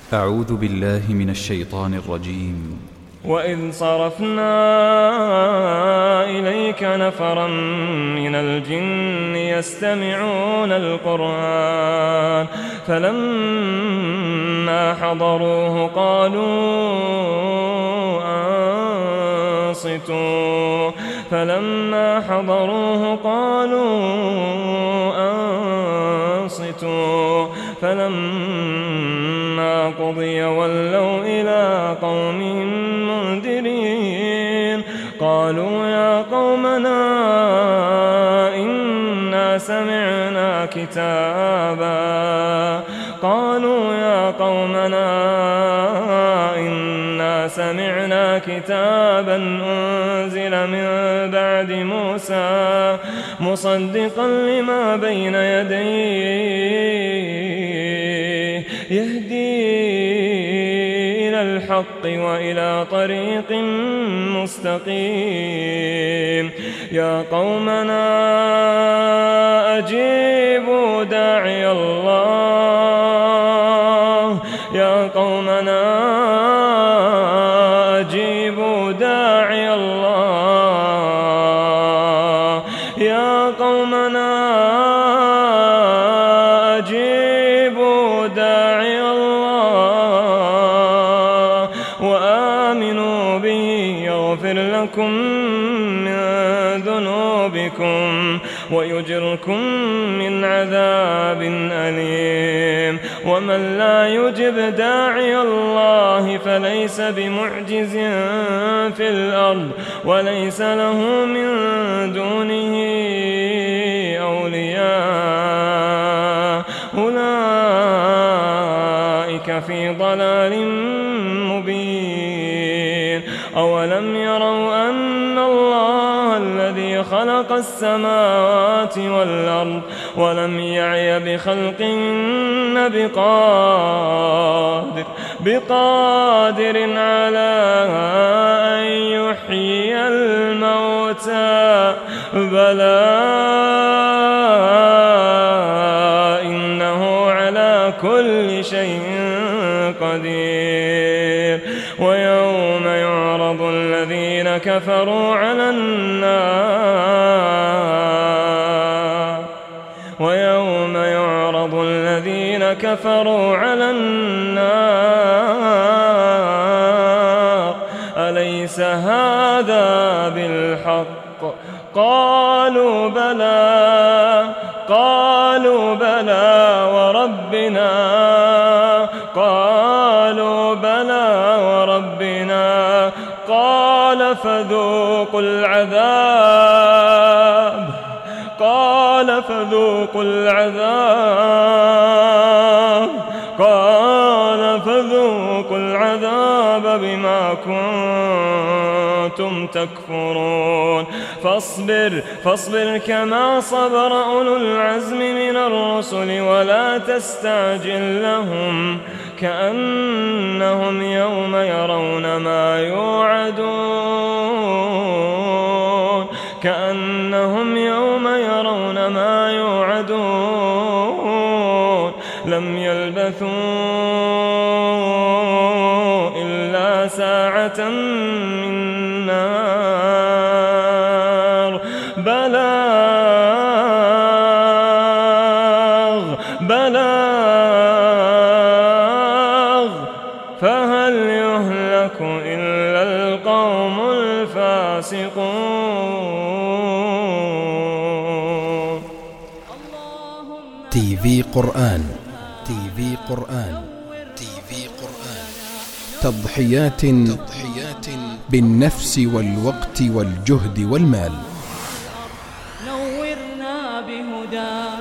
أعوذ بالله من الشيطان الرجيم. وإذ صرفنا إليك نفرا من الجن يستمعون القرآن فلما حضروه قالوا أنصتوا فلما قضي ولوا إلى قومهم منذرين. قالوا يا قومنا إنا سمعنا كتابا أنزل من بعد موسى مصدقا لما بين يديه يهدي إلى الحق وإلى طريق مستقيم. يا قومنا أجيبوا داعي الله وآمنوا به يغفر لكم من ذنوبكم ويجركم من عذاب أليم. ومن لا يجب داعي الله فليس بمعجز في الأرض وليس له من دونه أولياء أولئك في ضلال مبين. أولم يروا أن الله الذي خلق السماوات والأرض ولم يعي بخلقهن بقادر على أن يحيي الموتى بلى إنه على كل شيء قدير. ويوم يعرض الذين كفروا على النار أليس هذا بالحق؟ قالوا بلى وربنا قال فذوقوا العذاب بما كنتم تكفرون. فاصبر كما صبر أولو العزم من الرسل ولا تستعجل لهم كأنهم يوم يرون ما يوعدون لم يلبثوا إلا ساعة من نار بلاغ فهل يهلك إلا القوم الفاسقون. تي في قرآن تضحيات بالنفس والوقت والجهد والمال. نورنا بهدى